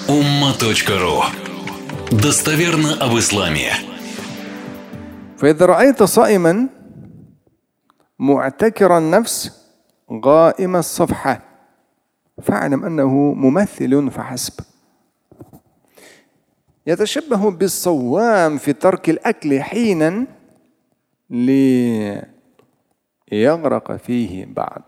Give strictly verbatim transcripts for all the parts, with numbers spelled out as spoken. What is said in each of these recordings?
умма точка ру. Достоверно об исламе. فإذا رأيت صائما معتكر النفس قائم الصفحة فاعلم أنه ممثل فحسب. يتشبه بالصوام في ترك الأكل حينا ليغرق فيه بعد.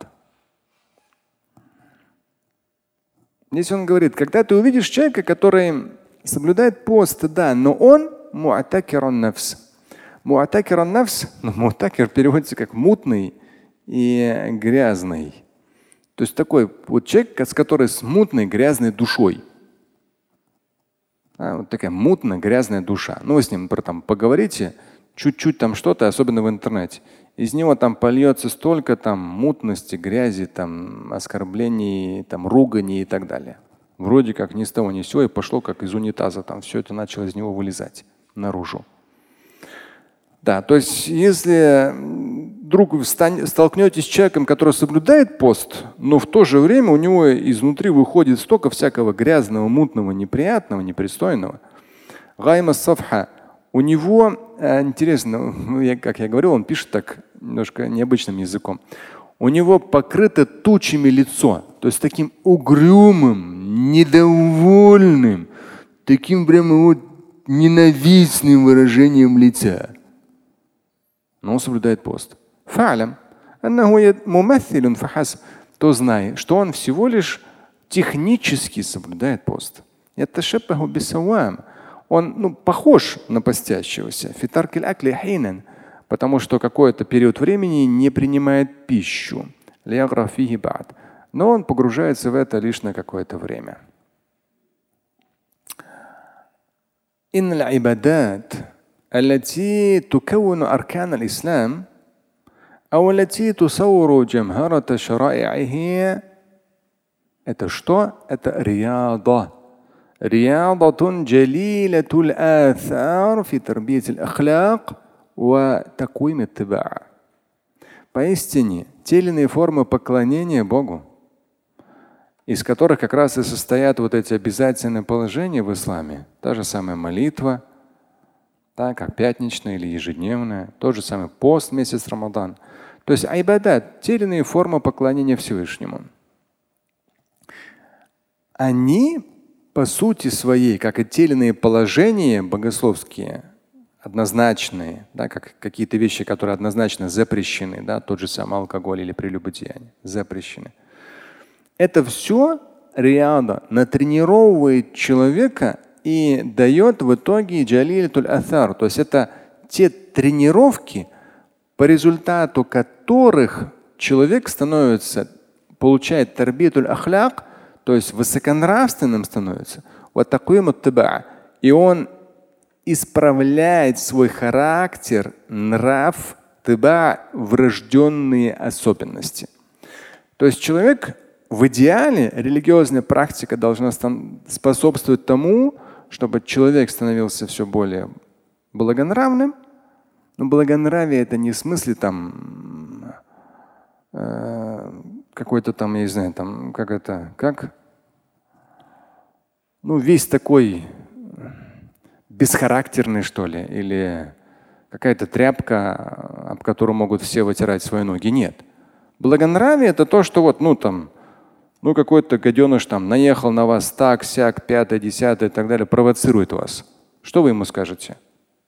Здесь он говорит, когда ты увидишь человека, который соблюдает пост, да, но он муатакирун нафс. Муатакирун нафс, ну, муатакир переводится как мутный и грязный. То есть такой вот человек, с которой с мутной, грязной душой. А, вот такая мутная, грязная душа. Ну, вы с ним про там поговорите, чуть-чуть там что-то, особенно в интернете. Из него там польется столько там мутности, грязи, там оскорблений, там руганий и так далее. Вроде как ни с того ни с сего и пошло как из унитаза, там все это начало из него вылезать наружу. Да, то есть если вдруг вы столкнетесь с человеком, который соблюдает пост, но в то же время у него изнутри выходит столько всякого грязного, мутного, неприятного, непристойного. Гайма сафха. У него, интересно, как я говорил, он пишет так немножко необычным языком. У него покрыто тучами лицо, то есть таким угрюмым, недовольным, таким прямо вот ненавистным выражением лица. Но он соблюдает пост. Фа'лям аннаху мумассилун фахасб. То знай, что он всего лишь технически соблюдает пост. Яташаббаху бисавам. Он ну, похож на постящегося. Фитаркиль акли хинан, потому что какой-то период времени не принимает пищу. Но он погружается в это лишь на какое-то время. Инна аль-ибадат التي تكون أركان الإسلام أو التي تصور جمهرة شرائعه. Это что? Это рияда. رياضة جليلة الآثار في تربية الأخلاق وتقويم الطباع. Поистине, те или иные формы поклонения Богу, из которых как раз и состоят вот эти обязательные положения в исламе, та же самая молитва, так как пятничная или ежедневная, тот же самый пост месяц Рамадан. То есть айбадат, те или иные формы поклонения Всевышнему. Они по сути своей, как и те или иные положения богословские, однозначные, да, как какие-то вещи, которые однозначно запрещены, да, тот же самый алкоголь или прелюбодеяние, запрещены. Это все риада натренировывает человека и дает в итоге джалилятуль аthар. То есть это те тренировки, по результату которых человек становится, получает тарбиятуль ахляк, то есть высоконравственным становится. Вот такой муттаба. И он исправляет свой характер, нрав, тыба, врожденные особенности. То есть человек в идеале, религиозная практика должна способствовать тому, чтобы человек становился все более благонравным. Но благонравие это не в смысле там э, какой-то там, я не знаю, там как это, как, ну весь такой бесхарактерный что ли, или какая-то тряпка, об которую могут все вытирать свои ноги. Нет. Благонравие это то, что вот, ну там, ну какой-то гаденыш там наехал на вас так, сяк, пятое, десятое и так далее, провоцирует вас. Что вы ему скажете?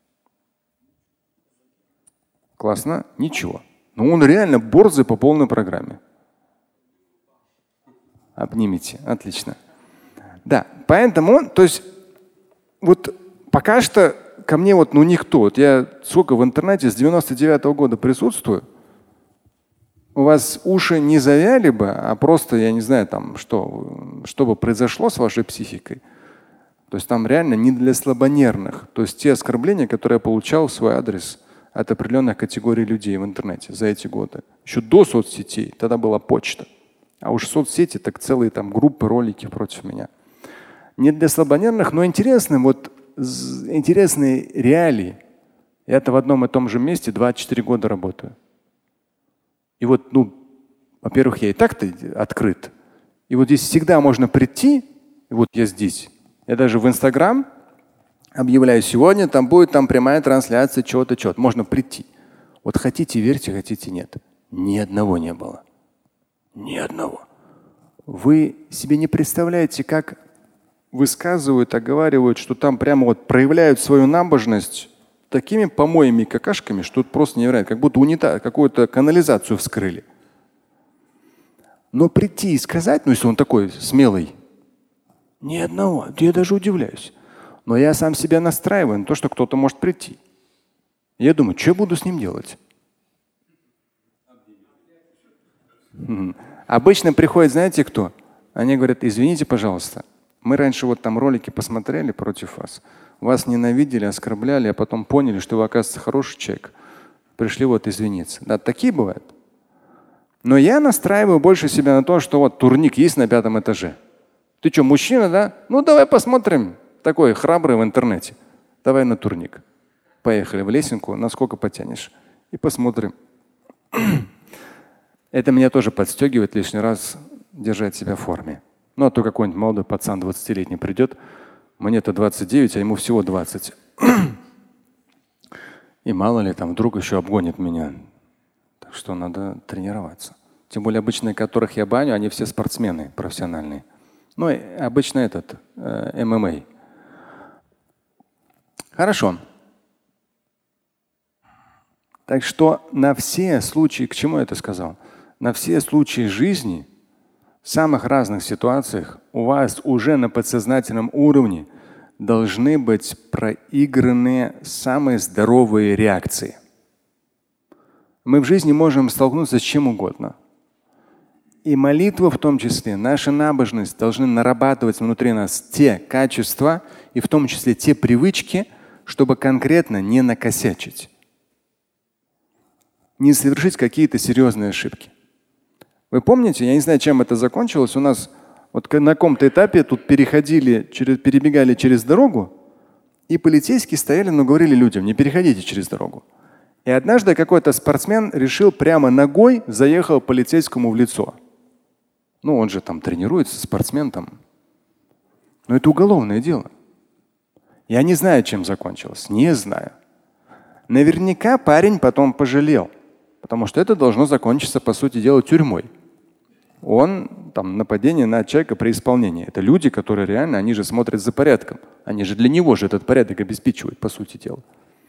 Классно? Ничего. Но он реально борзый по полной программе. Обнимите. Отлично. Да, поэтому, то есть, вот пока что ко мне вот ну никто. Вот я сколько в интернете с девяносто девятого года присутствую. У вас уши не завяли бы, а просто, я не знаю, там, что, что бы произошло с вашей психикой. То есть там реально не для слабонервных. То есть те оскорбления, которые я получал в свой адрес от определенных категорий людей в интернете за эти годы. Еще до соцсетей. Тогда была почта. А уж соцсети, так целые там группы, ролики против меня. Не для слабонервных, но интересно, вот интересные реалии. Я-то в одном и том же месте двадцать четыре года работаю. И вот, ну, во-первых, я и так-то открыт. И вот здесь всегда можно прийти, и вот я здесь, Я даже в Инстаграм объявляю, сегодня там будет там прямая трансляция чего-то, чего-то. Можно прийти. Вот хотите верьте, хотите нет. Ни одного не было. Ни одного. Вы себе не представляете, как высказывают, оговаривают, что там прямо вот проявляют свою набожность такими помоями и какашками, что тут просто невероятно. Как будто унитаз, какую-то канализацию вскрыли. Но прийти и сказать, ну если он такой смелый, ни одного. Я даже удивляюсь. Но я сам себя настраиваю на то, что кто-то может прийти. Я думаю, что я буду с ним делать? Обычно приходят, знаете кто? Они говорят, извините, пожалуйста, мы раньше вот там ролики посмотрели против вас, вас ненавидели, оскорбляли, а потом поняли, что вы, оказывается, хороший человек. Пришли вот извиниться. Да, такие бывают. Но я настраиваю больше себя на то, что вот турник есть на пятом этаже. Ты что, мужчина, да? Ну давай посмотрим. Такой храбрый в интернете. Давай на турник. Поехали в лесенку, насколько потянешь. И посмотрим. Это меня тоже подстегивает лишний раз держать себя в форме. Ну а то какой-нибудь молодой пацан двадцатилетний придет, мне-то двадцать девять, а ему всего двадцать. И мало ли там вдруг еще обгонит меня. Так что надо тренироваться. Тем более обычные, которых я баню, они все спортсмены профессиональные. Ну и обычно этот э, эм эм а. Хорошо. Так что на все случаи, к чему я это сказал? На все случаи жизни, в самых разных ситуациях у вас уже на подсознательном уровне должны быть проиграны самые здоровые реакции. Мы в жизни можем столкнуться с чем угодно. И молитва в том числе, наша набожность должны нарабатывать внутри нас те качества и в том числе те привычки, чтобы конкретно не накосячить, не совершить какие-то серьезные ошибки. Вы помните, я не знаю, чем это закончилось, у нас вот на каком-то этапе тут переходили, через, перебегали через дорогу, и полицейские стояли, но говорили людям, не переходите через дорогу. И однажды какой-то спортсмен решил прямо ногой заехал полицейскому в лицо. Ну, он же там тренируется, спортсмен там. Но это уголовное дело. Я не знаю, чем закончилось. Не знаю. Наверняка парень потом пожалел. Потому что это должно закончиться, по сути дела, тюрьмой. Он там нападение на человека при исполнении. Это люди, которые реально, они же смотрят за порядком. Они же для него же этот порядок обеспечивают, по сути дела.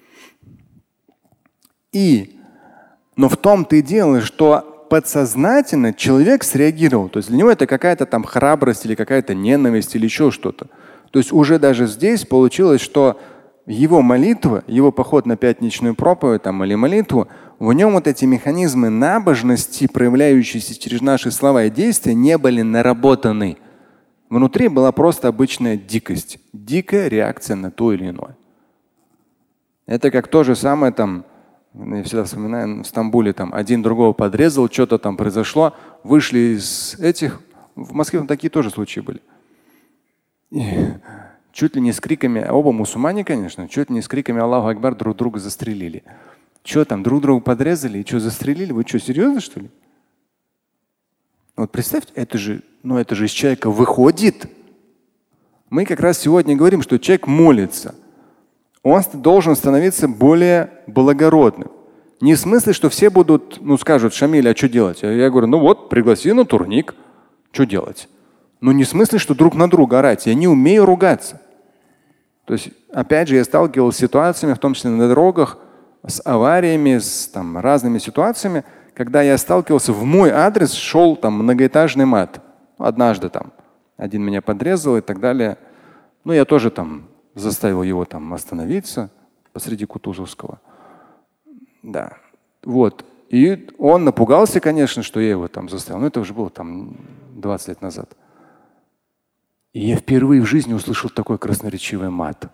И, но в том-то и дело, что подсознательно человек среагировал. То есть для него это какая-то там храбрость или какая-то ненависть или еще что-то. То есть уже даже здесь получилось, что его молитва, его поход на пятничную проповедь там, или молитву, в нем вот эти механизмы набожности, проявляющиеся через наши слова и действия, не были наработаны. Внутри была просто обычная дикость, дикая реакция на то или иное. Это как то же самое там, я всегда вспоминаю, в Стамбуле там один другого подрезал, что-то там произошло, вышли из этих, в Москве такие тоже случаи были. И чуть ли не с криками, оба мусульмане, конечно, чуть ли не с криками Аллаху Акбар друг друга застрелили. Что там, друг друга подрезали и что, застрелили? Вы что, серьезно, что ли? Вот представьте, это же, ну это же из человека выходит. Мы как раз сегодня говорим, что человек молится. Он должен становиться более благородным. Не в смысле, что все будут, ну скажут, Шамиль, а что делать? Я говорю, ну вот, пригласи на турник. Что делать? Ну не в смысле, что друг на друга орать. Я не умею ругаться. То есть, опять же, я сталкивался с ситуациями, в том числе на дорогах, с авариями, с там, разными ситуациями, когда я сталкивался, в мой адрес шел там многоэтажный мат. Однажды там один меня подрезал и так далее. Ну, я тоже там заставил его там остановиться посреди Кутузовского. Да. Вот. И он напугался, конечно, что я его там заставил. Но это уже было там двадцать лет назад. И я впервые в жизни услышал такой красноречивый мат.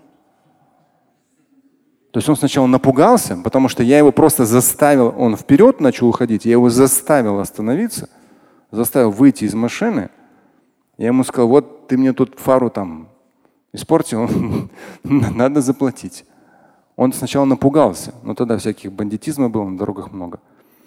То есть он сначала напугался, потому что я его просто заставил, он вперед начал уходить, я его заставил остановиться, заставил выйти из машины. Я ему сказал, вот ты мне тут фару там испортил, надо заплатить. Он сначала напугался, но тогда всяких бандитизма было на дорогах много.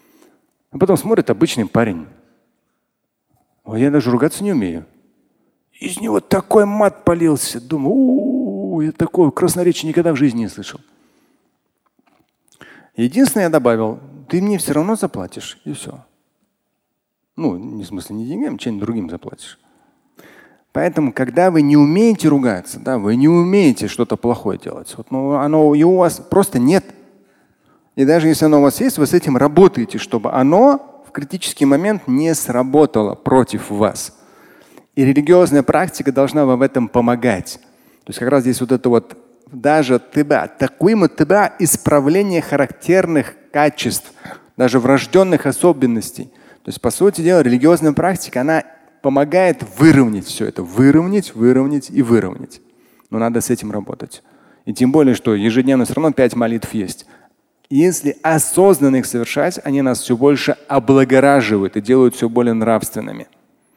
А потом смотрит обычный парень. Ой, я даже ругаться не умею. из него такой мат полился. Думаю, у-у-у, я такое красноречие никогда в жизни не слышал. Единственное, я добавил, ты мне все равно заплатишь, и все. Ну, не в смысле не деньгами, чем-нибудь другим заплатишь. Поэтому, когда вы не умеете ругаться, да, вы не умеете что-то плохое делать, вот, ну, оно и у вас просто нет. И даже если оно у вас есть, вы с этим работаете, чтобы оно в критический момент не сработало против вас. И религиозная практика должна вам в этом помогать. То есть как раз здесь вот это вот даже тыба, такуиму тыба, исправление характерных качеств, даже врожденных особенностей. То есть, по сути дела, религиозная практика, она помогает выровнять все это. Выровнять, выровнять и выровнять. Но надо с этим работать. И тем более, что ежедневно все равно пять молитв есть. Если осознанно их совершать, они нас все больше облагораживают и делают все более нравственными.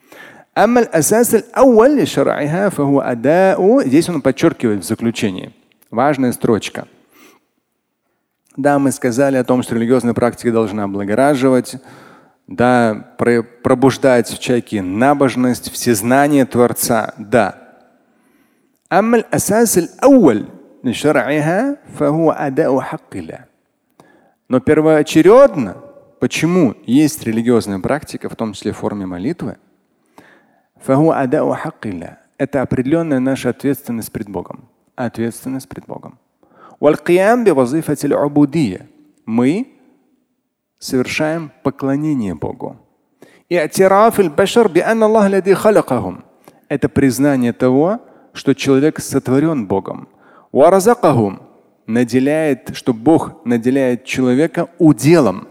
Здесь он подчеркивает в заключении. Важная строчка. Да, мы сказали о том, что религиозная практика должна облагораживать, да, пробуждать в человеке набожность, всезнание Творца. Да. Но первоочередно, почему есть религиозная практика, в том числе в форме молитвы, это определенная наша ответственность пред Богом. Ответственность пред Богом. Мы совершаем поклонение Богу. Это признание того, что человек сотворен Богом. Наделяет, что Бог наделяет человека уделом.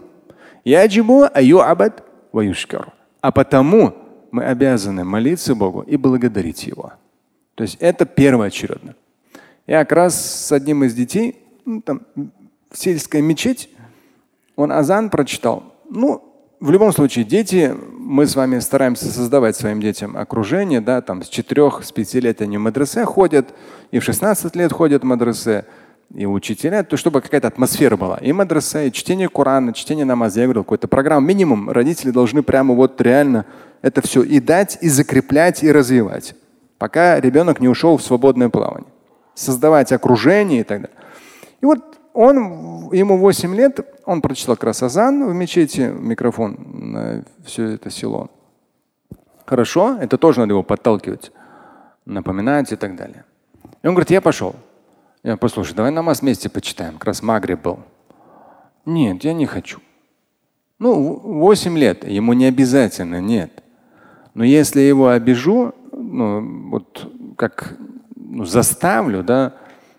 А потому мы обязаны молиться Богу и благодарить Его. То есть это первоочередно. Я как раз с одним из детей, ну, там, в сельской мечеть, он азан прочитал. Ну, в любом случае, дети, мы с вами стараемся создавать своим детям окружение, да, там с четырёх, с пяти лет они в мадресе ходят, и в шестнадцать лет ходят в мадресе, и учителя, то чтобы какая-то атмосфера была. И мадресе, и чтение Корана, чтение намаза, я говорил, какой-то программу. Минимум родители должны прямо вот реально это все и дать, и закреплять, и развивать, пока ребенок не ушел в свободное плавание. Создавать окружение и так далее. И вот он, ему восемь лет, он прочитал как раз азан в мечети, микрофон на все это село. Хорошо, это тоже надо его подталкивать, напоминать и так далее. И он говорит, я пошел. Я послушай, давай намаз вместе почитаем. Как раз магриб был. Нет, я не хочу. Ну, восемь лет, ему не обязательно, нет. Но если его обижу, ну, вот как ну, заставлю, да,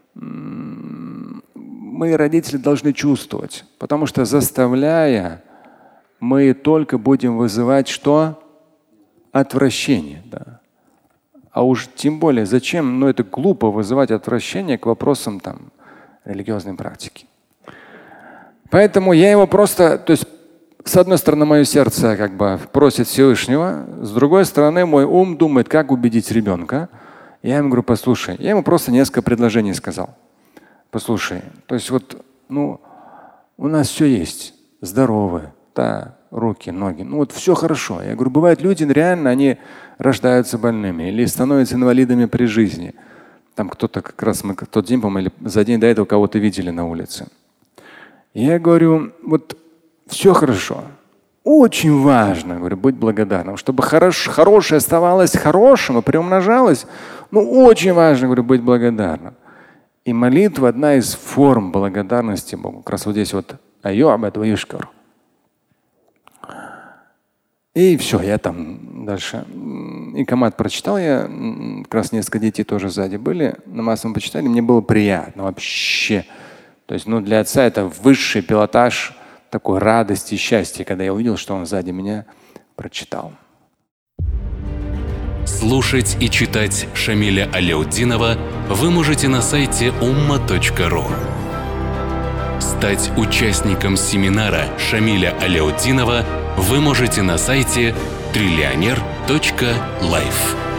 мы, родители, должны чувствовать. Потому что заставляя, мы только будем вызывать что? Отвращение. Да. А уж тем более, зачем? Ну, это глупо вызывать отвращение к вопросам там, религиозной практики. Поэтому я его просто, то есть, с одной стороны, мое сердце как бы просит Всевышнего, с другой стороны, мой ум думает, как убедить ребенка. Я ему говорю, послушай, я ему просто несколько предложений сказал. Послушай, то есть вот, ну, у нас все есть, здоровы, да, руки, ноги, ну вот все хорошо. Я говорю, бывают люди, реально, они рождаются больными или становятся инвалидами при жизни. Там кто-то как раз, мы тот день, по-моему, или за день до этого кого-то видели на улице. Я говорю, вот все хорошо. Очень важно, говорю, быть благодарным, чтобы хорош, хорошее оставалось хорошим и приумножалось. Ну, очень важно, говорю, быть благодарным. И молитва одна из форм благодарности Богу. Как раз вот здесь вот айю'абад ва юшкар. И все, я там дальше. И камат прочитал я, как раз несколько детей тоже сзади были, намаз мы почитали, мне было приятно вообще. То есть, ну, для отца это высший пилотаж такой радости и счастья, когда я увидел, что он сзади меня прочитал. Слушать и читать Шамиля Аляутдинова вы можете на сайте умма точка ру. Стать участником семинара Шамиля Аляутдинова вы можете на сайте триллионер точка лайф.